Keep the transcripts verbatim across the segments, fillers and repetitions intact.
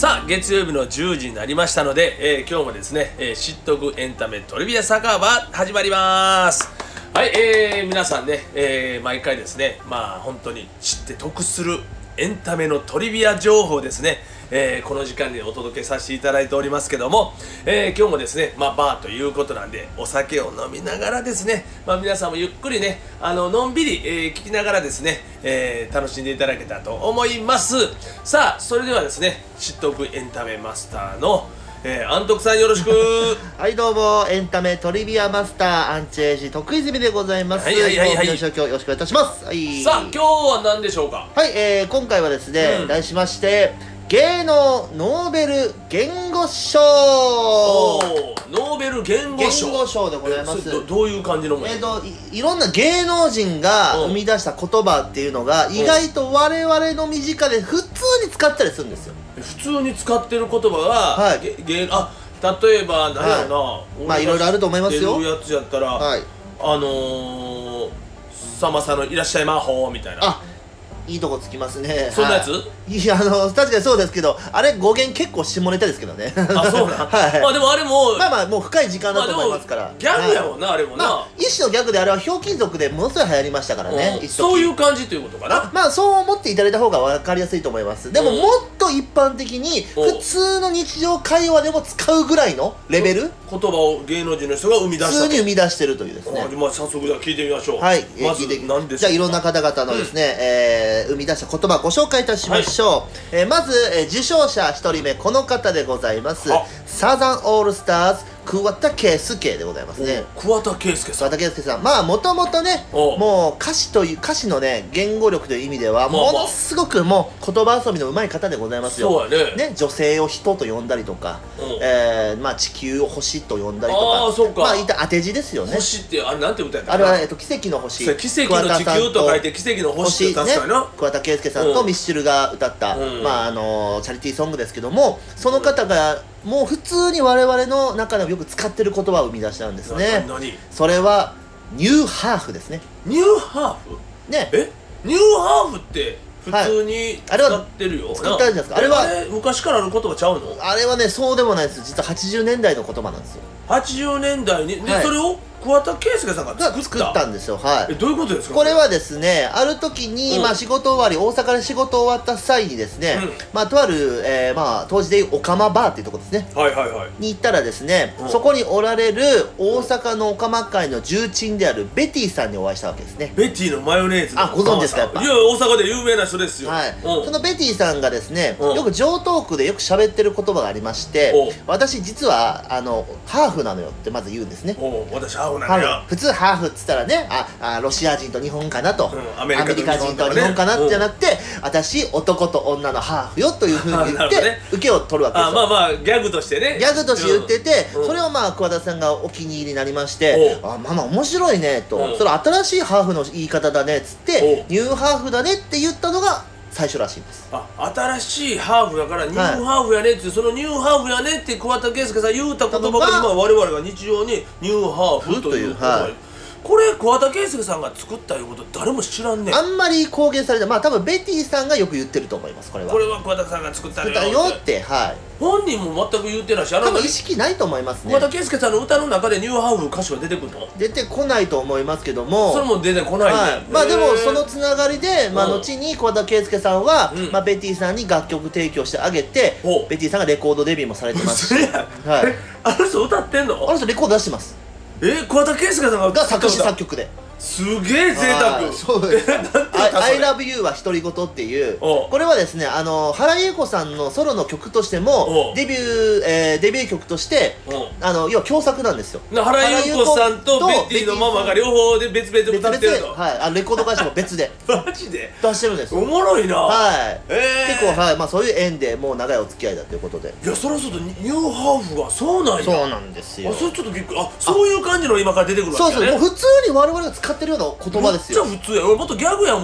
さあ月曜日のじゅうじになりましたので、えー、今日もですね、えー、知っとくエンタメトリビア酒場始まります。はい、えー、皆さんね、えー、毎回ですね、まあ本当に知って得するエンタメのトリビア情報ですね、えー、この時間にお届けさせていただいておりますけども、えー、今日もですね、まあ、バーということなんでお酒を飲みながらですね、まあ、皆さんもゆっくりね、あののんびり、えー、聞きながらですね、えー、楽しんでいただけたらと思います。さあそれではですね、知っておくエンタメマスターのえー、安徳さんよろしくはいどうも、エンタメトリビアマスターアンチエイジ徳泉でございます。 はいはいはいはい、 今日よろしくお願いいたします。はい、 さあ今日は何でしょうか。 はい、えー、今回はですね、うん、題しまして芸能ノーベル言語賞。 おー、ノーベル言語賞。 言語賞でございます。 ど, どういう感じのもの。 えーと い, いろんな芸能人が生み出した言葉っていうのが意外と我々の身近で普通に使ったりするんですよ。 普通に使ってる言葉が、 はい、 げげあ例えば何やろな、はい、 まあいろいろあると思いますよ。 出るやつやったら、はい、あのー、さんまさんのいらっしゃいまほーみたいな。 あ、いいとこつきますね。 そんなやつ、 はい、いや、あの確かにそうですけど、あれ語源結構下ネタですけどね。 あ、そうなん。 はい、 まあでもあれもまあまあもう深い時間だと思いますから、まあ、 ギャグやもんな、はい、あれもな、まあ、 一種のギャグで、あれはひょうきん族でものすごい流行りましたからね、 うん、そういう感じということかな。 まあそう思っていただいた方が分かりやすいと思います。でももっと一般的に普通の日常会話でも使うぐらいのレベル、 言葉を芸能人の人が生み出した普通に生み出してるというですね。 まあ早速じゃあ聞いてみましょう。 はい、 まず何ですか。 じゃあいろんな方々のですね、うん、えー、生み出した言葉をご紹介いたしましょう。はい、えー、まず、えー、受賞者ひとりめ、この方でございます。サザンオールスターズ桑田佳祐でございますね。 桑田佳祐さん。 桑田佳祐さん、まあもともとね、もう歌詞という歌詞のね言語力という意味ではものすごくもう言葉遊びの上手い方でございますよ。 そうやね。 ね、女性を人と呼んだりとか、えー、まあ地球を星と呼んだりとか、 ああそうか。 まあいった当て字ですよね。 星ってあれなんて歌やったあれはえっと奇跡の星。 奇跡の地球と書いて奇跡の星って確かにな。 桑田佳祐さんとミッシルが歌ったまああのチャリティーソングですけども、その方がもう普通に我々の中でもよく使ってる言葉を生み出したんですね。それはニューハーフですね。 ニューハーフね。え、ニューハーフって普通に使ってるよ。 使ってるじゃないですか。あれは昔からある言葉ちゃうの。 あれはね、そうでもないです。実ははちじゅうねんだいの言葉なんですよ。 はちじゅうねんだいにでそれを桑田佳祐さんが作った作ったんですよ。はい。 え、どういうことですか。 これはですね、ある時に、まあ仕事終わり、大阪で仕事終わった際にですね、まあとある、えー、まあ当時でいうオカマバーっていうところですね。 はいはいはい。 に行ったらですね、そこにおられる大阪のオカマ界の重鎮であるベティさんにお会いしたわけですね。 ベティのマヨネーズ。 あ、ご存知ですか。やっぱ。 いや、大阪で有名な人ですよ。 はい。そのベティさんがですね、よく上東区でよく喋ってる言葉がありまして、私実はあのハーフなのよってまず言うんですね。 お、私ハーフなのよ。 普通ハーフっつったらね、ああロシア人と日本かなと、うん、アメリカ人と日本かなじゃなくて、うん、私男と女のハーフよというふうに言って、ね、受けを取るわけですよ。 あ、まあまあギャグとしてね、 ギャグとして言ってて、うん、それをまあ桑田さんがお気に入りになりまして、あ、まあまあ面白いねと、うん、それ新しいハーフの言い方だねっつって、ニューハーフだねって言ったのが最初らしいんです。 あ、新しいハーフだからニューハーフやねって、はい、そのニューハーフやねって桑田佳祐さん言うた言葉が今我々が日常にニューハーフという、はい、これ桑田佳祐さんが作ったいうこと誰も知らんねん。 あんまり公言されて、まあ多分ベティさんがよく言ってると思います。これはこれは桑田さんが作ったよって、はい、 本人も全く言ってないし、あの多分意識ないと思いますね。 桑田佳祐さんの歌の中でニューハーフの歌詞は出てくるの？ 出てこないと思いますけども、 それも出てこないね、はい、 まあでもそのつながりで、まあ後に桑田佳祐さんは、うん、まあベティさんに楽曲提供してあげて、うん、ベティさんがレコードデビューもされてますし、はい、 あの人歌ってんの？ あの人レコード出してます。 え、桑田佳祐さんがが作詞作曲で。 すげえ贅沢。 そうです。I love you は独り言っていう、これはですね、あの原由子さんのソロの曲としてもデビュー、えー、デビュー曲としてあの要は共作なんですよ。 原由子さんとベティのママが両方で別々歌ってるの。 はい、あのレコード会社も別でマジで出してるんです。 おもろいな。 はい、結構、はい、まあそういう縁でもう長いお付き合いだということで。 いや、そろそろニューハーフがそうなんや。 そうなんですよ。 あ、それちょっとびっくり。あ、そういう感じの今から出てくるわけね。 そうそう、もう普通に我々が使ってるような言葉ですよ。 めっちゃ普通や。俺もっとギャグや思っ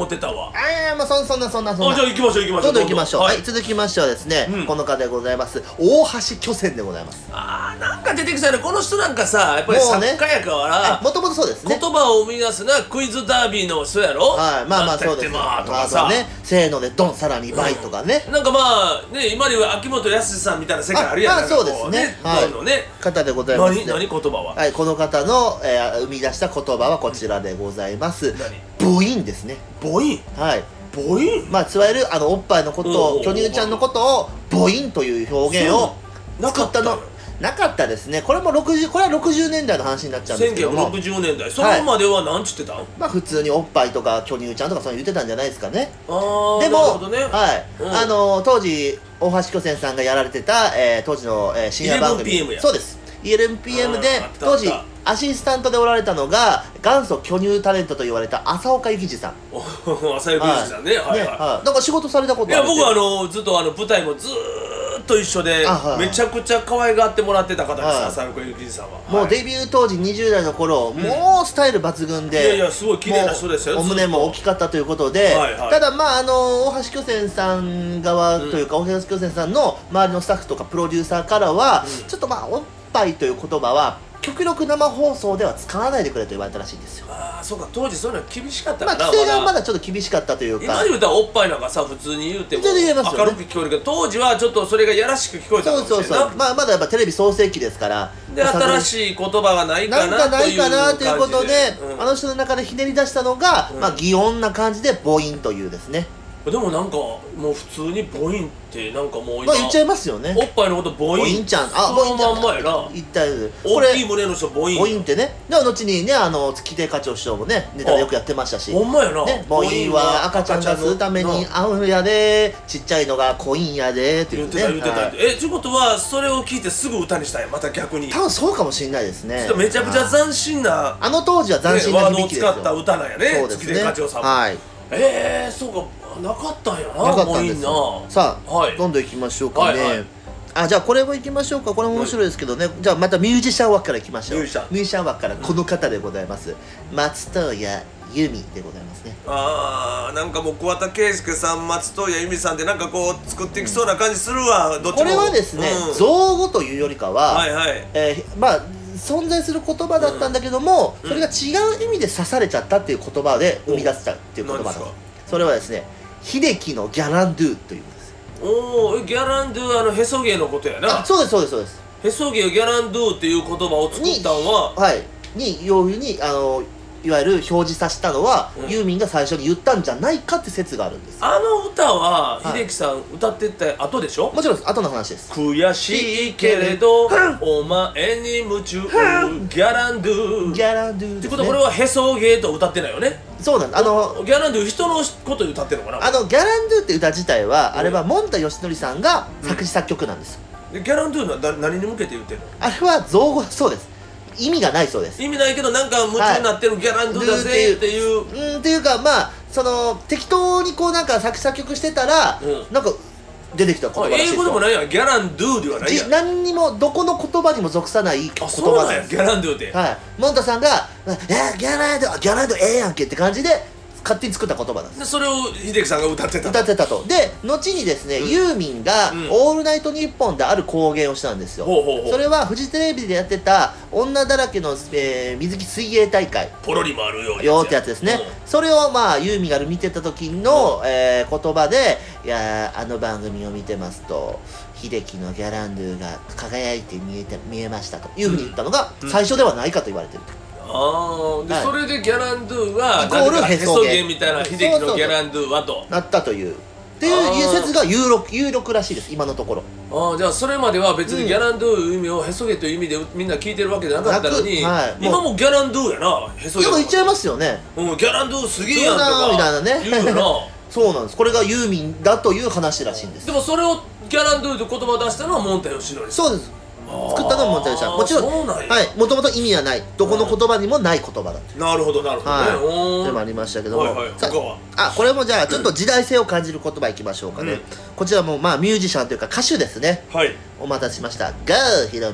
ってたわ。 あいやまあそんそんなそんなそんな。 あ、じゃあ行きましょう行きましょう。 どんどん行きましょう。 ははい、続きましてはですね、この方でございます。大橋巨泉でございます。 ああ、なんか出てきたね。この人なんかさ、やっぱり作家やから、 もともとそうですね。 言葉を生み出すなクイズダービーの人やろ。 はい、まあまあそうです。 まあとかさね、せーのでドンさらに倍とかね。 なんかまあね、今では秋元康さんみたいな世界あるやん。 まあそうですね。はい。方でございます。 何何言葉は。 はい、この方の生み出した言葉はこちらでございます。母音ですね。 母音。 はい。 母音。 まあいわゆるあのおっぱいのことを巨乳ちゃんのことを母音という表現を作ったの。なかったですね。これもろくじゅう、これはろくじゅうねんだいの話になっちゃうんですけども、 せんきゅうひゃくろくじゅうねんだい、それまでは何ちってたん？ まあ普通におっぱいとか巨乳ちゃんとかそういうの言ってたんじゃないですかね。 ああ、 でも、 なるほどね。 はい、あの当時大橋巨泉さんがやられてた、えー、当時の、えー、深夜番組、 じゅういちピーエム や。 そうです。じゅういちピーエム で当時アシスタントでおられたのが元祖巨乳タレントと言われた浅岡幸二さん。 浅岡幸二さんね。はいはい。 なんか仕事されたことある？ いや僕はあのずっとあの舞台もずーっと一緒でめちゃくちゃ可愛がってもらってた方です。浅岡幸二さんは。 もうデビュー当時にじゅうだいの頃、もうスタイル抜群で、 いやいやすごい綺麗な人ですよ。 お胸も大きかったということで、ただまああの大橋巨泉さん側というか大橋巨泉さんの周りのスタッフとかプロデューサーからはちょっとまあおっぱいという言葉は極力生放送では使わないでくれと言われたらしいんですよ。 ああ、そうか、当時そういうの厳しかったから、 まあ規制がまだちょっと厳しかったというか、 今で言うたらおっぱいなんかさ普通に言うても明るく聞こえるけど、当時はちょっとそれがやらしく聞こえたかもしれないな。 そうそうそう、まあまだやっぱテレビ創世期ですから、 で新しい言葉がないかななんかないかなということで、あの人の中でひねり出したのが、まあ擬音な感じで母音というですね。 でもなんかもう普通に母音ってなんかもう今まあ言っちゃいますよね。 おっぱいのこと母音母音ちゃん、あ、 母音まんまやな。 一体大きい胸の人母音母音ってね。で後にねあの月亭課長師匠もねネタでよくやってましたし、 ほんまやな。 母音は赤ちゃんが吸うために合うんやで、ちっちゃいのがコインやでって言ってた言ってた。えということはそれを聞いてすぐ歌にしたんや。また逆に多分そうかもしれないですね。 めちゃくちゃ斬新なあの当時は斬新な響きですよ。 ワードを使った歌なんやね、月亭課長さんも。はい。ええ、そうか、なかったんやな。 なかったんですよ。さあ、どんどんいきましょうかね。あ、じゃあこれもいきましょうか。これも面白いですけどね。じゃあまたミュージシャン枠からいきましょう。ミュージシャン枠からこの方でございます。松任谷由実でございますね。 ああ、なんかもう桑田佳祐さん、松任谷由実さんでなんかこう作っていきそうな感じするわ。どっちも。 これはですね、造語というよりかは、 はいはい。 えー、まあ存在する言葉だったんだけども、それが違う意味で刺されちゃったっていう言葉で生み出したっていう言葉なんです。それはですね、秀樹のギャランドゥという。 おお、ギャランドゥ、あのへそ毛のことやな。 そうですそうですそうです。 へそ毛をギャランドゥっていう言葉を作ったのは、 はいにいうふうにあのいわゆる表示させたのは、うん、ユーミンが最初に言ったんじゃないかって説があるんです。 あの歌は秀樹さん歌ってた後でしょ。 もちろん後の話です。 悔しいけれどお前に夢中ギャランドゥギャランドゥってことはこれはへそ毛と歌ってないよね。 そうなんです。あのギャランドゥ人のこと歌ってるのかな。 あのギャランドゥって歌自体は、うん、あれはもんたよしのりさんが作詞作曲なんです。 でギャランドゥは何に向けて言ってるの。 あれは造語。そうです。意味がないそうです。 意味ないけどなんか夢中になってるギャランドゥだぜっていう。 うんっていうかまあその適当にこうなんか作詞作曲してたら、うん、なんか出てきた言葉らしいですよ。 英語でもないやん。ギャランドゥではないやん。 何にもどこの言葉にも属さない言葉なんです。 ギャランドゥで。 はい。モンタさんが「えギャランドゥギャランドゥええやんけ」って感じで勝手に作った言葉なんです。 でそれを秀樹さんが歌ってた歌ってたと。で後にですね、うん、ユーミンが「オールナイトニッポン」である公言をしたんですよ。ほうほうほう。それはフジテレビでやってた女だらけの、えー、水着水泳大会ポロリもあるようよってやつですね、うん、それをまあユーミンが見てた時の、うん、えー、言葉で「いやあの番組を見てますと秀樹のギャランドゥが輝いて見えて見えました」というふうに言ったのが最初ではないかと言われてる。 ああ、で、はい、それでギャランドゥはイコールへそ毛みたいな秀樹のギャランドゥはとなったというっていう説が有力有力らしいです今のところ。 ああ、じゃあそれまでは別にギャランドゥいう意味をへそ毛という意味でみんな聞いてるわけじゃなかったのに、はい、今もギャランドゥやな。へそ毛でも言っちゃいますよね。 うん、ギャランドゥすげえやんとかみたいなね言うよなそうなんです。これがユーミンだという話らしいんです。 でもそれをギャランドゥと言葉出したのはもんたよしのり。 そうです。作ったのももんたよしさん。もちろんはいもともと意味はないどこの言葉にもない言葉だと。 なるほどなるほどね。 はいでもありましたけども、あこれもじゃあちょっと時代性を感じる言葉いきましょうかね。こちらもまあミュージシャンというか歌手ですね。はいお待たせしました。ゴーひろみ。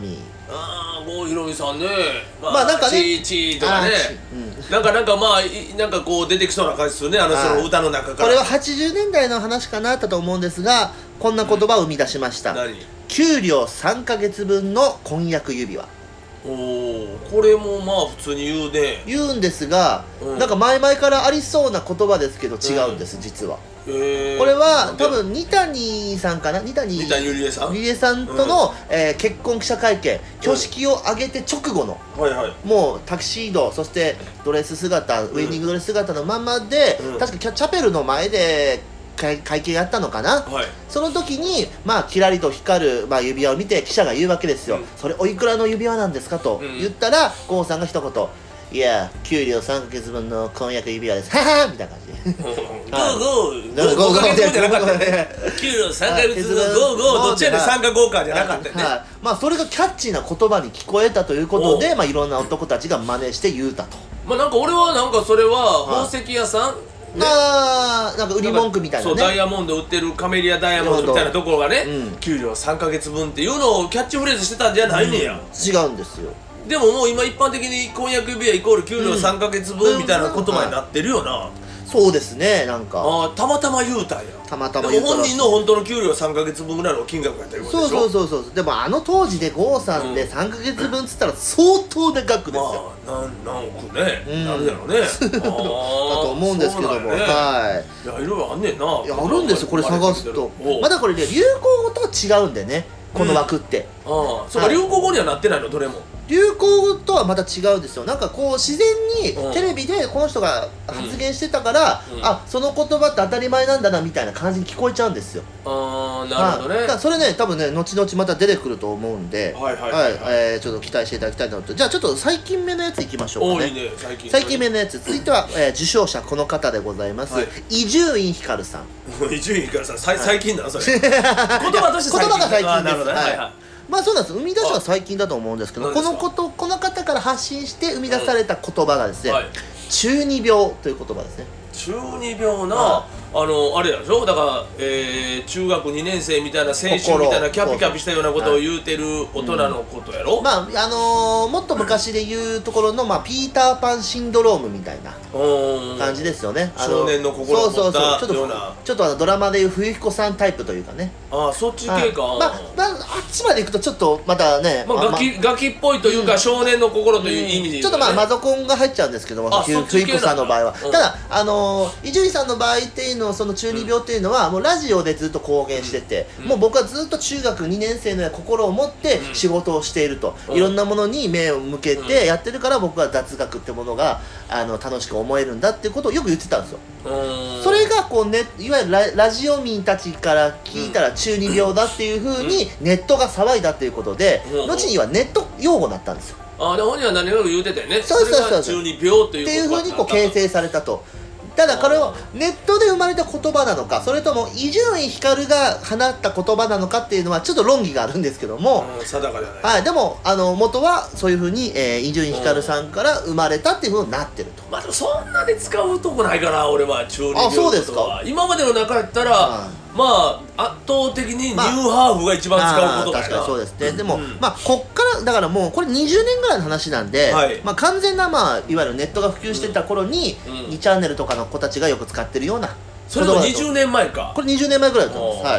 ああ、郷ひろみさんね。 まあ、まあ、なんかね、 チーチーとかね、うん、なんかなんかまあなんかこう出てきそうな感じですよね、あのその歌の中から。 これははちじゅうねんだいの話かなったと思うんですが、こんな言葉を生み出しました。うん、何？給料さんかげつぶんの婚約指輪。 おお、これもまあ普通に言うね。 言うんですが、うん、なんか前々からありそうな言葉ですけど違うんです、うん、実は。 えー、 これは多分二谷さんかな、二谷二谷ゆりえさんゆりえさんとの、うん、えー、結婚記者会見、挙式を挙げて直後の、うん、はいはい、もうタキシード、そしてドレス姿、うん、ウェディングドレス姿のままで、うん、確かチャペルの前で会会見やったのかな、はい、その時に、まあ、キラリと光る、まあ、指輪を見て記者が言うわけですよ、うん、それおいくらの指輪なんですかと言ったら、郷、うん、さんが一言、いや、給料さんかげつぶんの婚約指輪です、ははみたいな感じで。ゴーゴーゴーゴーじゃなかったね。給料さんかげつぶんのゴーゴーどっちやねん、さんかごかじゃなかったね。まあそれがキャッチーな言葉に聞こえたということで、まあいろんな男たちが真似して言うたと。 まあなんか俺はなんかそれは宝石屋さん、 まあなんか売り文句みたいなね、 そうダイヤモンド売ってるカメリアダイヤモンドみたいなところがね、うん、給料さんかげつぶんっていうのをキャッチフレーズしてたんじゃないねや、うん、 違うんですよ。 でももう今一般的に婚約指輪イコール給料さんかげつぶんみたいな言葉になってるよな。 そうですね、なんかあたまたま言うたんや。 たまたま言うた。 でも本人の本当の給料さんかげつぶんぐらいの金額がやってることでしょ。 そうそうそうそう。でもあの当時で郷さんでさんかげつぶんっつったら相当で額ですよ。 まあ何億ね、うん、なるやろね。 だと思うんですけども、ね、はい。 いやいろいろあんねんな。 いやあるんですよ、これ探すと。まだこれね流行語とは違うんでね、この枠って。 うん、ああ、そうか、流行語にはなってないのどれも。 流行語とはまた違うんですよ。なんかこう自然にテレビでこの人が発言してたから、うん、あその言葉って当たり前なんだなみたいな感じに聞こえちゃうんですよ。 ああ、なるほどね。 だからそれね多分ね後々また出てくると思うんで、 はいはいはい、はい、 えー、ちょっと期待していただきたいなと。じゃあちょっと最近目のやついきましょうかね。 いいね、最近最近目のやつ。続いては、えー、受賞者この方でございます。伊集院光さん。 伊集院光さん、さい最近なのそれ。言葉として最近。 言葉が最近です。 なるほどね。はいはい。 まあそうなんです。生み出しは最近だと思うんですけど、このことこの方から発信して生み出された言葉がですね、はい、中二病という言葉ですね。 中二病な、はい、あのあれやでしょ。だから、えー、中学にねん生みたいな青春みたいなキャピキャピしたようなことを言うてる大人のことやろ、 うん、まああのー、もっと昔で言うところの、まあ、ピーターパンシンドロームみたいな感じですよね。 少年の心を持ったちょっとちょっとあのドラマでいう冬彦さんタイプというかね。 ああ、そっち系か。 まあ、まあ、あっちまで行くとちょっとまたね、 まあ、ガキ、ガキっぽいというか、うん、少年の心という意味で言うと、ね、 ちょっとまあマゾコンが入っちゃうんですけども、冬彦さんの場合は、うん、ただあの伊集院さんの場合っていうのをその中二病っていうのは、うん、もうラジオでずっと公言してて、うん、もう僕はずっと中学にねん生の心を持って仕事をしていると、うん、いろんなものに目を向けてやってるから僕は雑学ってものがあの楽しく思えるんだっていうことをよく言ってたんですよ。それがこう、ね、いわゆる ラ, ラジオ民たちから聞いたら中二病だっていうふうにネットが騒いだっていうことで、うん、後にはネット用語になったんですよ。 ああ、で本人は何を言うてたよね。 そうそうそうそう、 中二病というっていうふうにこう形成されたと。ただこれをネットで生まれた言葉なのか、それとも伊集院光が放った言葉なのかっていうのはちょっと論議があるんですけども、 うん、定かじゃない。 はい、でもあの元はそういうふうに伊集院光さんから生まれたっていうふうになってると。 まあでもそんなに使うとこないかな、俺は中二病とは。 あ、そうですか。 今までの中やったら、うん、まあ圧倒的にニューハーフが一番使うことだよな。 確かにそうですね。でも、うん、まあこっからだからもうこれにじゅうねんぐらいの話なんで、はい、まあ完全なまあいわゆるネットが普及してた頃に、うん、にチャンネルとかの子たちがよく使ってるような。 それもにじゅうねんまえか。 これにじゅうねんまえぐらいだと思います。はい。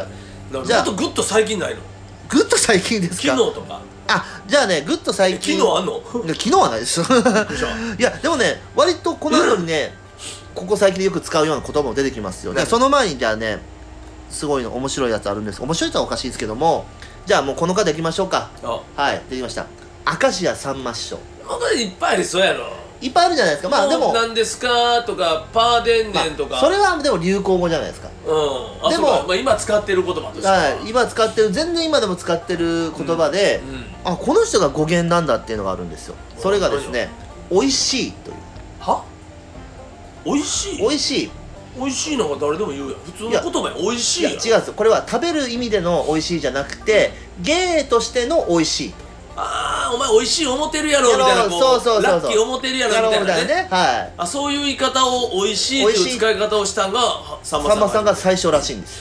じゃああとグッと最近ないの？ グッと最近ですか？ 昨日とか。 あ、じゃあね、グッと最近。 昨日あんの？ 昨日はないですよ。いやでもね、割とこの後にね、ここ最近でよく使うような言葉も出てきますよ。その前にじゃあね、すごいの面白いやつあるんです。面白いとはおかしいですけども、じゃあもうこの方いきましょうか。はい、できました。明石家さんま師匠。 これいっぱいありそうやろ。 いっぱいあるじゃないですか。まあでもなんですかとかパーデンネンとか、まあ、 それはでも流行語じゃないですか。 うん。でも、まあ、今使ってる言葉として、 はい、今使ってる、全然今でも使ってる言葉で、うんうん、あ、この人が語源なんだっていうのがあるんですよ。それがですね、美味しいという。 は？美味しい？ 美味しい。 美味しいのが誰でも言うやん。普通の言葉や。美味しいやん。いや違うんですよ。これは食べる意味での美味しいじゃなくて、芸としての美味しい。 ああ、お前美味しい思ってるやろみたいな、こう、 そうそうそうそう、 ラッキー思ってるやろみたいなね。 はい。 あ、そういう言い方を美味しいという使い方をしたんがさんまさんが最初らしいんですよ。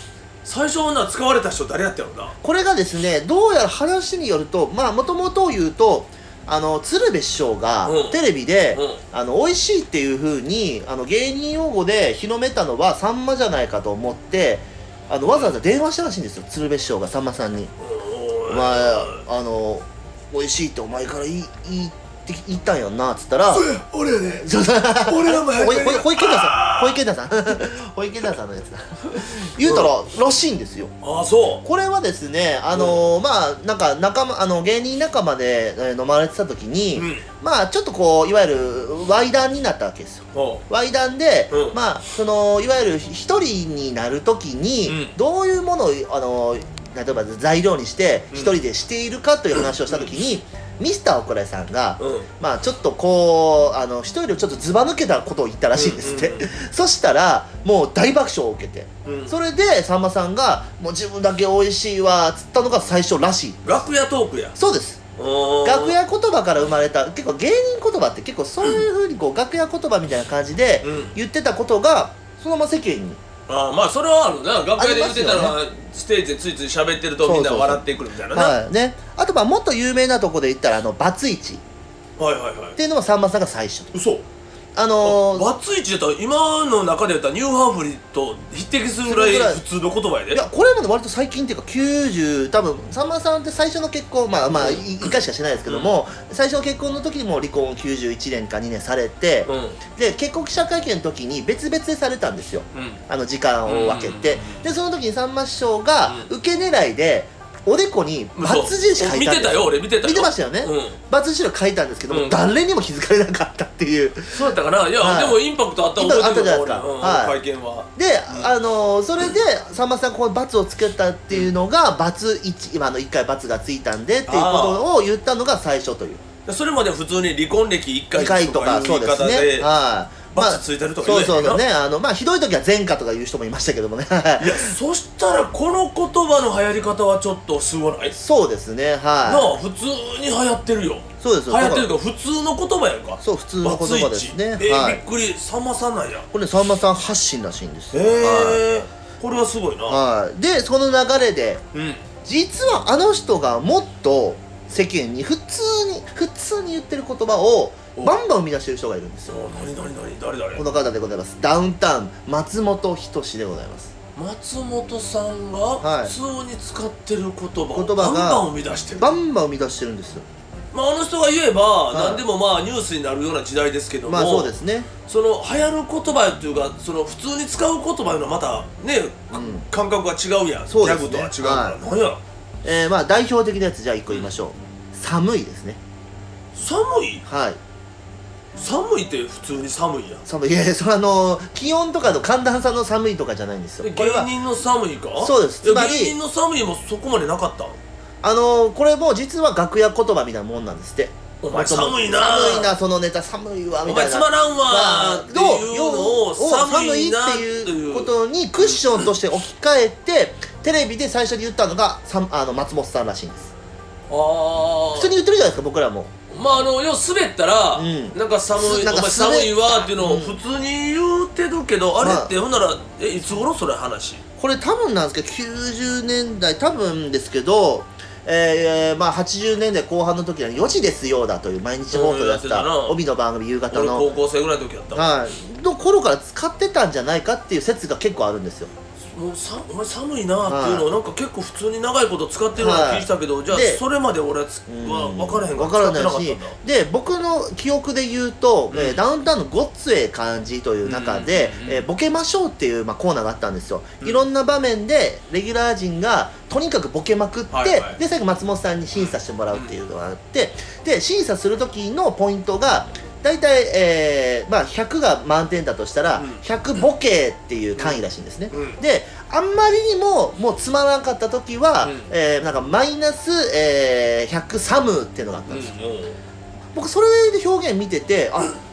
最初な使われた人誰やったやろな。 これがですね、どうやら話によると、まあもともと言うとあの鶴瓶師匠がテレビで、うん、あの美味しいっていう風にあの芸人用語で広めたのはさんまじゃないかと思って、あのわざわざ電話したらしいんですよ、鶴瓶師匠がさんまさんに。お前あの美味しいってお前から言い言って言ったんやんなっつったら、 俺やね俺らもやってる小池田さん小池田さん小池田さんのやつだ言うたら、らしいんですよ。 ああそう。 これはですね、あのーうん、まあなんか仲間あの芸人仲間で、えー、飲まれてた時に、うん、まあちょっとこういわゆるワイダンになったわけですよ。ワイダンで、うん、まあそのいわゆる一人になる時に、うん、どういうものをあの例えば材料にして一人でしているかという話をした時に、うん、ミスターオクラさんが、うん、まあちょっとこうあの一人でちょっとずば抜けたことを言ったらしいんですって、うんうんうん、そしたらもう大爆笑を受けて、うん、それでさんまさんがもう自分だけ美味しいわっつったのが最初らしい。 楽屋トークや。 そうです。楽屋言葉から生まれた、結構芸人言葉って結構そういうふうにこう、うん、楽屋言葉みたいな感じで言ってたことがそのまま世間に。 ああまあそれはあるな。楽屋で言ってたのは、ね、ステージでついつい喋ってるとみんな笑ってくるみたいなね。 はいね。あとまあもっと有名なとこで言ったらあのバツイチはいはいはいっていうのもさんまさんが最初。 嘘。あのー、バツイチだったら今の中で言ったらニューハーフリーと匹敵するぐらい普通の言葉やで。 いやこれもね割と最近っていうかきゅうじゅう多分さんまさんって最初の結婚まあまあいっかいしかしてないですけども、うん、最初の結婚の時にも離婚をきゅうじゅういちねんかにねんされて、うん、で結婚記者会見の時に別々でされたんですよ、うん、あの時間を分けて、でその時にさんま師匠が受け狙いでおでこにバツ印書いたんです。 見てたよ俺見てたよ。 見てましたよね、うん、バツ印書いたんですけども、うん、誰にも気づかれなかったっていう。 そうだったかな。いや、はい、でもインパクトあった覚えてるから俺、うんはい、会見はで、うん、あのー、それでさんまさんこのバツをつけたっていうのがバツいち今のいっかいバツがついたんでっていうことを言ったのが最初という。 それまで普通に離婚歴いっかいとかいう言い方ではいバツついてるとか言うやんな。そうそうそうね。あのまあひどい時は前科とか言う人もいましたけどもね。 いやそしたらこの言葉の流行り方はちょっとすごない？ そうですねはい。なあ普通に流行ってるよ。 そうですよ。流行ってるから普通の言葉やんか。 そう普通の言葉ですね。 えーはい、びっくり。さんまさんなんや。 これねさんまさん発信らしいんですよ。 へえー。これはすごいな。 はい。でその流れで、うん、実はあの人がもっと世間に普通に普通に言ってる言葉をバンバン生み出してる人がいるんですよ。 何何何誰誰？ この方でございます。ダウンタウン松本人志でございます。 松本さんが普通に使ってる言葉を、 言葉がバンバン生み出してる。 バンバン生み出してるんですよ。 まああの人が言えば、はい、何でもまあニュースになるような時代ですけども、 まあそうですね。 その流行る言葉っていうかその普通に使う言葉のまたね、うん、感覚が違うやん。 そうですね。 ギャグとは違うから、はい、何や。 えー、まあ代表的なやつじゃあいっこ言いましょう。うん、寒いですね。 寒い？ はい。 寒いって普通に寒いやん。 寒い。いやいやそれあの気温とかの寒暖差の寒いとかじゃないんですよ。 芸人の寒いか？ そうです。つまり芸人の寒いもそこまでなかった。 あのこれも実は楽屋言葉みたいなもんなんですって。 お前寒いな寒いなそのネタ寒いわみたいな。 お前つまらんわっていうのを寒いなっていうことにクッションとして置き換えてテレビで最初に言ったのがさあの松本さんらしいんです。ああ。普通に言ってるじゃないですか僕らも。 まああの要は滑ったら、うん、なんか寒いお前寒いわっていうのを普通に言うてるけど、うん、あれってほんならえいつ頃それ話？ これ多分なんですけどきゅうじゅうねんだい多分ですけど、えー、まあはちじゅうねんだいこう半の時はよじですよだという毎日放送やってた帯の番組夕方の高校生ぐらいの時やったはいの頃から使ってたんじゃないかっていう説が結構あるんですよ。 もうさお前寒いなっていうのをなんか結構普通に長いこと使ってるような気したけど、はい、じゃあそれまで俺は分からへんから使ってなかったんだ。で僕の記憶で言うと、うんえー、ダウンタウンのごっつええ感じという中で、うんえー、ボケましょうっていう、まあ、コーナーがあったんですよ、うん、いろんな場面でレギュラー陣がとにかくボケまくって、はいはい、で最後松本さんに審査してもらうっていうのがあって、で審査する時のポイントが大体、えーまあ、ひゃくが満点だとしたら、うん、ひゃくボケっていう単位らしいんですね、うん、であんまりにももうつまらなかった時は、うんえー、なんかマイナス、えー、ひゃくサムっていうのがあったんですよ、うん、僕それで表現見ててあ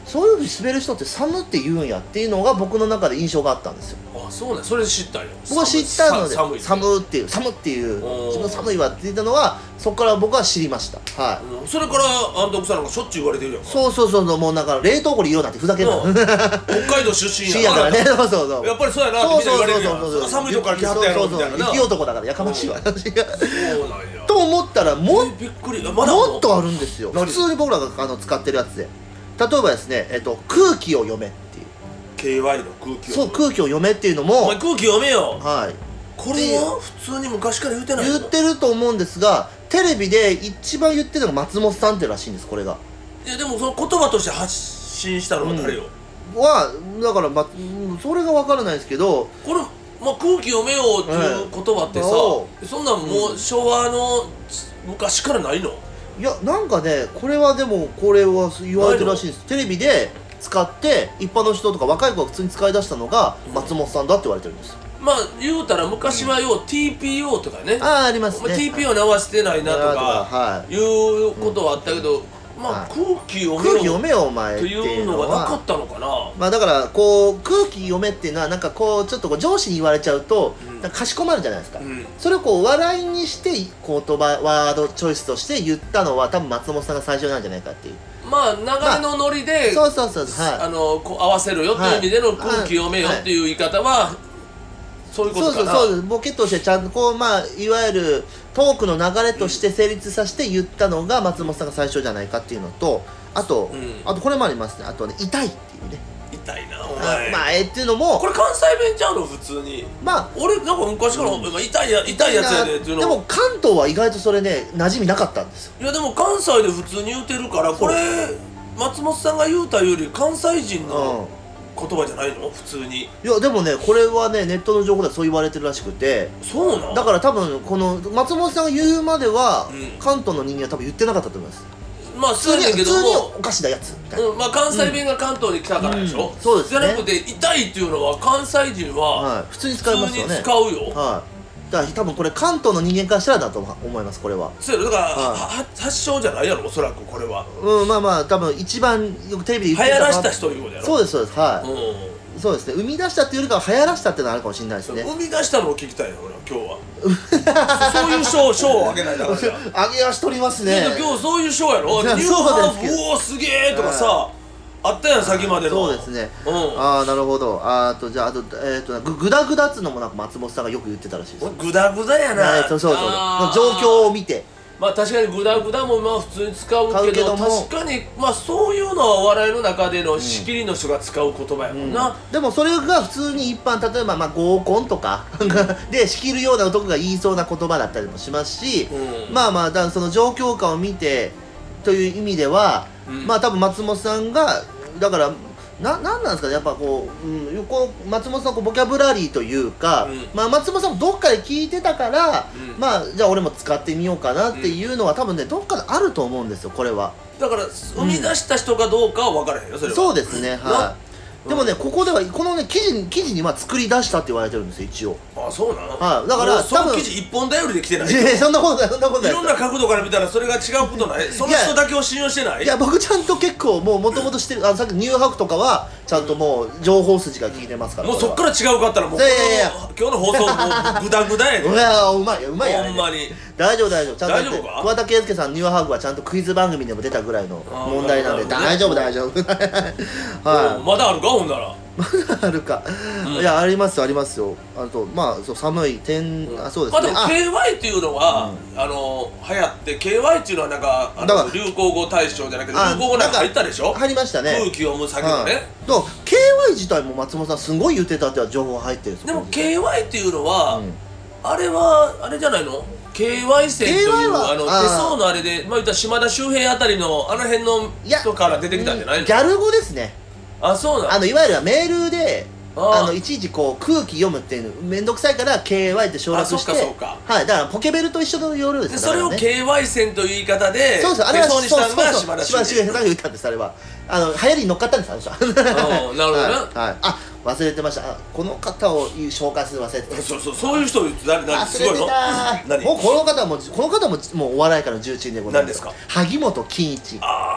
そういうふうに滑る人って寒って言うんやっていうのが僕の中で印象があったんですよ。 あ、そうね、それ知ったよ。 僕は知ったので、 寒い寒っていう寒っていう自分寒いわって言ったのはそこから僕は知りました。はい、 うん、それからあんた奥さんなんかしょっちゅう言われてるやんか。 そうそうそう、もうなんか冷凍庫に入れようなんてふざけんな、うん、 北海道出身やからね。そうそうそう、 やっぱりそうやなってみんな言われるやん。寒いとこから来はったやろみたいなな。 雪男だからやかましいわ。そうなんやと思ったらもえー、びっくり。まだもっとあるんですよ。普通に僕らがあの使ってるやつで、例えばですね、えっと、空気を読めっていうケーワイ の空気をそう空気を読めっていうのも、 お前空気読めよ。 はい、 これは普通に昔から言ってないの？ 言ってると思うんですが、テレビで一番言ってるのが松本さんってらしいんです。これがいやでもその言葉として発信したのは誰よ、 うん、はだから、ま、それが分からないですけど、 これ、まあ、空気読めようっていう言葉ってさ、はい、そんなんもう昭和の昔からないの？ いやなんかね、これはでもこれは言われてるらしいです。テレビで使って一般の人とか若い子が普通に使い出したのが松本さんだって言われてるんですよ。 まあ言うたら昔はよう ティーピーオー とかね、 ああありますね、 ティーピーオー に合わせてないなとかいうことはあったけど、まあ空気読めよ空気読めよお前っていうのがなかったのかな。まあだからこう空気読めっていうのはなんかこうちょっとこう上司に言われちゃうとなんかかしこまるじゃないですか、うん、それをこう笑いにして言葉ワードチョイスとして言ったのは多分松本さんが最初なんじゃないかっていう。 まあ流れのノリで、 まあ、そうそうそう、はい、 あのこう合わせるよっていう意味での空気読めよっていう言い方は、はい、そういうことかな。 そうそうそう、ボケとしてちゃんとこうまあいわゆるトークの流れとして成立させて言ったのが松本さんが最初じゃないかっていうのと、あと、うん、あとこれもありますね。あとね、痛いっていうね。 痛いなお前。 まあえっていうのもこれ関西弁ちゃうの普通に。まあ俺なんか昔から、うん、痛いや痛いやつやでっていうの。 でも関東は意外とそれね馴染みなかったんですよ。 いやでも関西で普通に言うてるから、これ松本さんが言うたより関西人の、うん言葉じゃないの普通に。 いやでもねこれはねネットの情報ではそう言われてるらしくて。 そうなんだから多分この松本さんが言うまでは、うん、関東の人間は多分言ってなかったと思います。 まあ普通に普通におかしなやつみたいな、 うん、まあ関西弁が関東に来たからでしょ、 うんうん、そうですね。 じゃなくて痛いっていうのは関西人は、 はい、普通に使いますよね。 普通に使うよ。 はい、だから多分これ関東の人間からしたらだと思います。これはそうやろ。だから、はい、発祥じゃないやろおそらくこれは。 うん、まあまあ多分一番よくテレビで言ってた流行らした人いうことやろ。 そうですそうです。はい、うんそうですね。生み出したっていうよりかは流行らしたっていうのはあるかもしれないですね。 生み出したのを聞きたいよ俺は今日はそういう賞賞をあげないだからじゃあげはしとりますね。 今日そういう賞やろ。ニューハーフおおすげえとかさあったやん先までの。 そうですね、うん、ああなるほど。あとじゃああとえっ、ー、とググダグダっつうのもなんか松本さんがよく言ってたらしいです。 グダグダやな。 そうそうそう状況を見て。 まあ確かにグダグダもまあ普通に使うけど、確かにまあそういうのはお笑いの中での仕切りの人が使う言葉やもんな、 うんうん、でもそれが普通に一般例えばまあ合コンとかで仕切るような男が言いそうな言葉だったりもしますし、うん、まあまあだその状況下を見てという意味では、うん、まあ多分松本さんがだからな、なんなんですかねやっぱこう、うん、こう松本さんのボキャブラリーというか、うん、まあ松本さんもどっかで聞いてたから、うん、まあじゃあ俺も使ってみようかなっていうのは、うん、多分ねどっかであると思うんですよこれは。 だから生み出した人かどうかは分からへんよそれは。 そうですねはい。でもね、ここではこのね記事記事には作り出したって言われてるんですよ一応。 あ、そうなの。 はい、だからその記事一本頼りで来てない。 いやそんなことないそんなことない。 いろんな角度から見たらそれが違うことない。その人だけを信用してない。 いや僕ちゃんと結構もうもともとしてるあのさっきニューハーフとかはちゃんともう情報筋が聞いてますから。 もうそっから違うかったらもう今日の放送もうグダグダやで。 いやうまいうまいやほんまに。 大丈夫大丈夫。ちゃんと大丈夫か。 桑田佳祐さんニューハーフはちゃんとクイズ番組でも出たぐらいの問題なんで大丈夫大丈夫。 はい。まだあるかほんなら。 まだあるか、うん、いやありますありますよ。あとまあそう寒い点、うん、あそうですね。 まあでも ケーワイ っていうのは、うん、あの流行って ケーワイ っていうのはなんかあの流行語大賞じゃなくて流行語なんか入ったでしょ。 入りましたね。 空気を読む先のね。 だから ケーワイ 自体も松本さんすごい言ってたっては情報入ってるんです。 でも ケーワイ っていうのは、うん、あれはあれじゃないの。ケーワイ 線というあの手相のあれでまあ言ったら島田秀平あたりのあの辺の人から出てきたんじゃないの。 ギャル語ですね。 あ、そうなの。 あのいわゆるメールであのいちいちこう空気読むっていうのめんどくさいから ケーワイ って省略して。 あ、そうかそうか。 はい、だからポケベルと一緒の要領ですからね。それを ケーワイ 線という言い方でそうそうあれは手相にしたのが島田秀平さんが言ったんです。あれはあの流行りに乗っかったんですあの人。 なるほどね。 はい。あ、忘れてました。あ、この方を紹介する忘れてた。 そうそうそういう人誰誰すごいの。 もうこの方もこの方ももうお笑い界の重鎮でございます。 何ですか。 萩本欽一。 ああ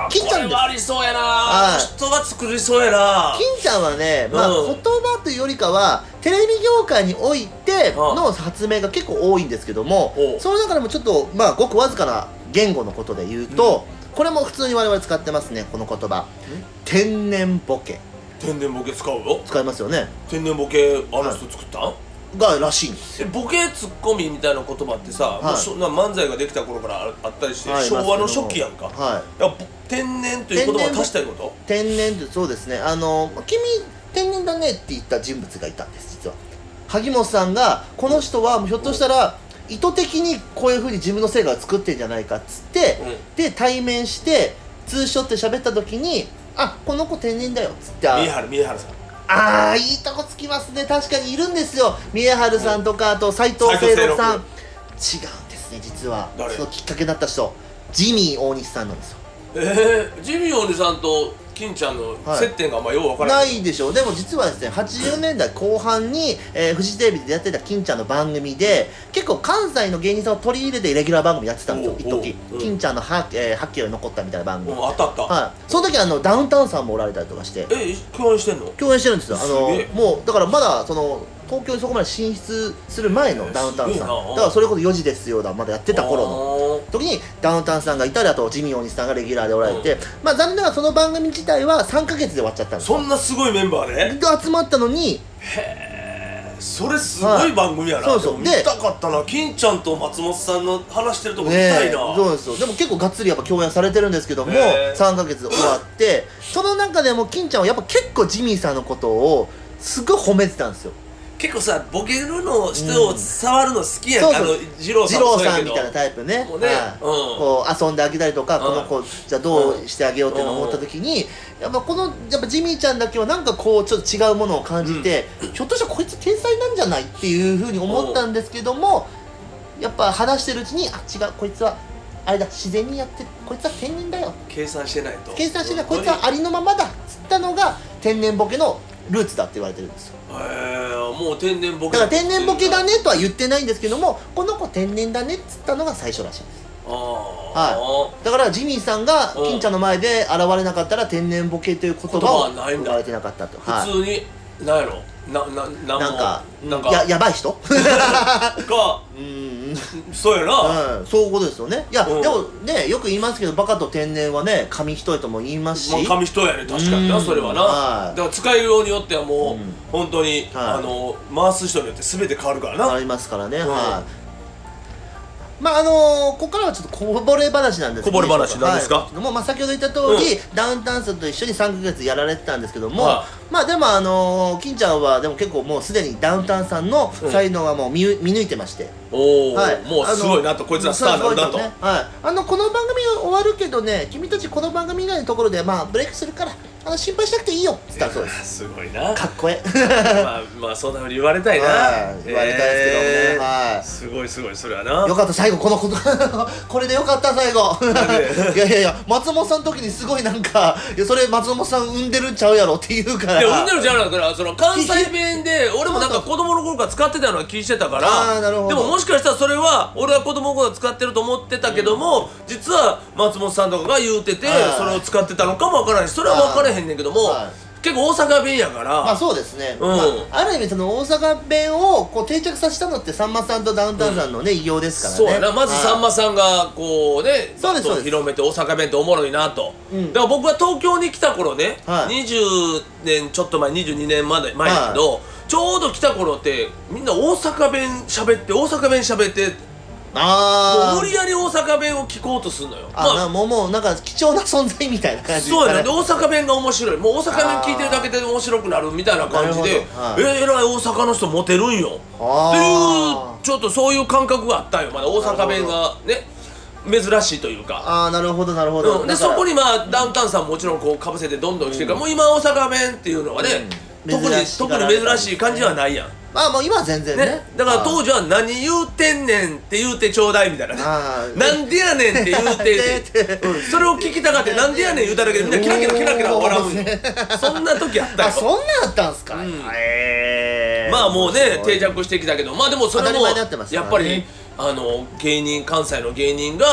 金ちゃんです。 ありそうやな、人が作りそうやな。 金ちゃんはね、まあ、うん、言葉というよりかはテレビ業界においての発明が結構多いんですけども、その中でもちょっとまあごくわずかな言語のことで言うと、うん、これも普通に我々使ってますね、この言葉。天然ボケ。 天然ボケ使うよ。 使いますよね。 天然ボケあの人作ったん、はいがらしいんですよ。 ボケツッコミみたいな言葉ってさ、はい、もうそな漫才ができた頃からあったりして、はい、昭和の初期やんか、はい、や天然という言葉を足したいこと。 天然ってそうですね、あの君天然だねって言った人物がいたんです。実は萩本さんがこの人はひょっとしたら意図的にこういうふうに自分の成果を作ってんじゃないかっつって、うん、で対面してツーショットで喋った時に「あこの子天然だよ」っつって宮原宮原さん、 ああいいとこつきますね。確かにいるんですよ、宮春さんとか、あと斉藤清六さん。違うんですね、実はそのきっかけになった人ジミー大西さんなんですよ。 えー、ジミー大西さんと金ちゃんの接点があんまよう分からない、 はい、ないでしょう。でも実はですねはちじゅうねんだいこう半に、えー、フジテレビでやってた金ちゃんの番組で結構関西の芸人さんを取り入れてレギュラー番組やってたんですよ一時、うん、金ちゃんのは、えー、発揮が残ったみたいな番組、 うん、あったあった、 はい、その時あのダウンタウンさんもおられたりとかして。 え共演してんの？ 共演してるんですよ。あのもうだからまだその東京にそこまで進出する前のダウンタウンさん、だからそれこそよじですよだまだやってた頃の時にダウンタウンさんがいたり、あとジミー大西さんがレギュラーでおられて、うん、まあ残念ながらその番組自体はさんかげつで終わっちゃったんですよ。 そんなすごいメンバーで、 ね、集まったのに。 へえ、それすごい番組やな、はい、そうそう、見たかったな。金ちゃんと松本さんの話してるとこ見たいな、 ね、そうですよ。でも結構がっつりやっぱ共演されてるんですけどもさんかげつで終わってその中でも金ちゃんはやっぱ結構ジミーさんのことをすごい褒めてたんですよ。 結構さボケるの人を触るの好きやん、うん、あの二郎さんもそうやけど、二郎さんみたいなタイプね、もうね、はい、うん、こう遊んであげたりとか、うん、この子じゃあどうしてあげようっていうのを思った時に、やっぱこのやっぱジミーちゃんだけはなんかこうちょっと違うものを感じて、うん、ひょっとしたらこいつ天才なんじゃないっていうふうに思ったんですけども、やっぱ話してるうちにあ違うこいつはあれだ自然にやってる、こいつは天然だよ、 計算してないと計算してない、こいつはありのままだっつったのが天然ボケのルーツだって言われてるんですよ。 へえ、もう天然ボケだから天然ボケだねとは言ってないんですけども、この子天然だねっつったのが最初らしいんです。あ、はい、だからジミーさんが金ちゃんの前で現れなかったら天然ボケという言葉を言われてなかったと。 普通に何やろな、な、 なんか、なんかや、やばい人か、うん、そうやな、 うん、そういうことですよね。いや、うん、でもね、よく言いますけどバカと天然はね紙一重とも言いますし、まあ、 紙一重やね、確かにな、それはな、はい、だから使いようによってはもう、うん、本当に、はい、あの回す人によって全て変わるからな、 変わりますからね、うん、はい。まああのー、ここからはちょっとこぼれ話なんですけど、 こぼれ話なんですか、 はい、もうまあ先ほど言った通り、うん、ダウンタウンさんと一緒にさんかげつやられてたんですけども、はい、まあでもあのー、金ちゃんはでも結構もうすでにダウンタウンさんの才能はもう見、うん、見抜いてまして、 おお、はい、もうすごいなと、こいつはスターなんだと、ね、 はい、あのこの番組が終わるけどね、君たちこの番組以外のところでまあブレイクするからあの心配しなくていいよって言ったらそうです。 すごいな、 かっこええまあまあそんなふうに言われたいな、はい、 言われたいですけどもね、はい、 すごいすごい、それはな、 よかった、最後このことこれでよかった、最後いやいやいや、松本さんの時にすごいなんか、いやそれ松本さん産んでるんちゃうやろって言うから、 いや産んでるんちゃうやろ、だからその関西弁で俺もなんか子供の頃から使ってたのは聞いてたから、あ、なるほど、でももしかしたらそれは俺は子供の頃から使ってると思ってたけども、うん、実は松本さんとかが言うててそれを使ってたのかもわからないし、それは分からへんねんけども、はい、結構大阪弁やから、 まあそうですね、うん、まあ、ある意味その大阪弁をこう定着させたのってさんまさんとダウンタウンさんのね、うん、偉業ですからね。 そうやな、まずさんまさんがこうね、そうです、そうです、広めて大阪弁っておもろいなと、うん、だから僕は東京に来た頃ね、はい、にじゅうねんちょっと前、にじゅうにねんまで前だけど、はい、ちょうど来た頃ってみんな大阪弁喋って大阪弁喋ってあ、もう無理やり大阪弁を聞こうとするのよ。 あ、まあ、もうもうなんか貴重な存在みたいな感じで、 そうやね、大阪弁が面白い、もう大阪弁聞いてるだけで面白くなるみたいな感じで、はい、ええらい大阪の人モテるんよっていうちょっとそういう感覚があったんよ。まだ大阪弁がね珍しいというか。 ああ、なるほどなるほど、 うん、でそこにまあダウンタウンさんももちろんこうかぶせてどんどん来てるから、うん、もう今大阪弁っていうのはね、うん、特に特に珍しい感じはないやん。 まあもう今は全然ね、ね、 だから当時は何言うてんねんって言うてちょうだいみたいなね、なんでやねんって言うてて、うん、それを聞きたがってなんでやねん言うただけでみんなキラキラキラキラ笑うんよそんな時あったよ。 あ、そんなんあったんすか、うん、 へー、まあもうね定着してきたけど、まあでもそれもやっぱりあの芸人、関西の芸人が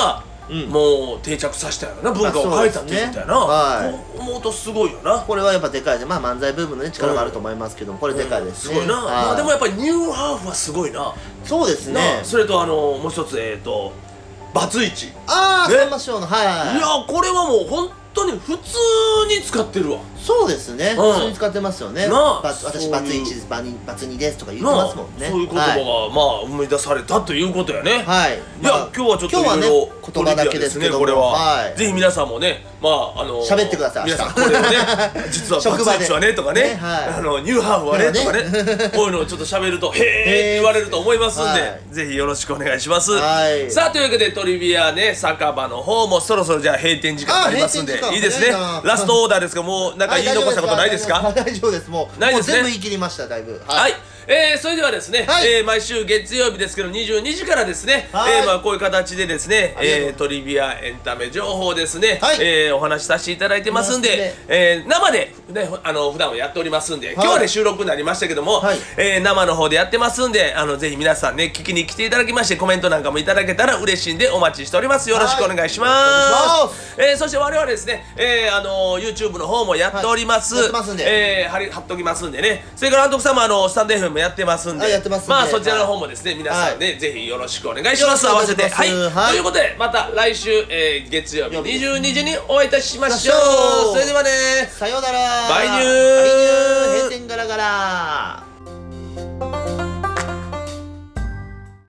うん、 もう定着させたよな、文化を変えたっていうことやな、ね、はい、思うとすごいよな。これはやっぱでかいで、まあ漫才ブームの、ね、力もあると思いますけども、これでかいですね、 うんうん、すごいな、まあ、でもやっぱりニューハーフはすごいな。 そうですね。 それとあのもう一つ、えっ、ー、とバツイチ、 ああ、さんま師匠の、はいはいはい、 いやこれはもう本当に普通に使ってるわ。 そうですね、うん、普通に使ってますよね。 なバツ私バツイチです、バツにですとか言ってますもんね。 そういう言葉が、はい、まあ生み出されたということやね。 はい、 いや、まあ、今日はちょっといろいろ言葉だけですけども、 これは、 はい、 ぜひ皆さんもね、まああの喋ってください。 皆さんこれをね、実はバツイチはねとかね、ね、はい、あのニューハーフはねとかね、こういうのをちょっと喋るとへーって言われると思いますんで、はい、ぜひよろしくお願いします。はい、さあというわけでトリビアね酒場の方もそろそろじゃあ閉店時間になりますんで、いいですね。ラストオーダーですが、もうなんか言い残したことないですか？ 大丈夫です。もう、ないですね、もう全部言い切りました。だいぶ。 はい、はい、えー、それではですね、はい、えー、毎週月曜日ですけどにじゅうにじからですね、はい、えー、まあこういう形でですね、えー、トリビアエンタメ情報ですね、はい、えー、お話しさせていただいてますんで、ね、えー、生で、ね、あの普段はやっておりますんで、はい、今日はね収録になりましたけども、はい、えー、生の方でやってますんで、あのぜひ皆さんね聞きに来ていただきまして、コメントなんかもいただけたら嬉しいんでお待ちしております。よろしくお願いします。はい、えー、そして我々ですね、えー、あの YouTube の方もやっております。はい、やってますんで、えー、貼り貼っときますんでね。それから安徳さんもあのスタンド エフエム もやってますんで、 やってますんで、 まあそちらの方もですね、皆さんね、はい、ぜひよろしくお願いします。合わせて、はい、はい、ということでまた来週、えー、月曜日にじゅうにじにお会いいたしましょう。それではね、 さようなら、 バイニュー、 バイニュー、閉店ガラガラ。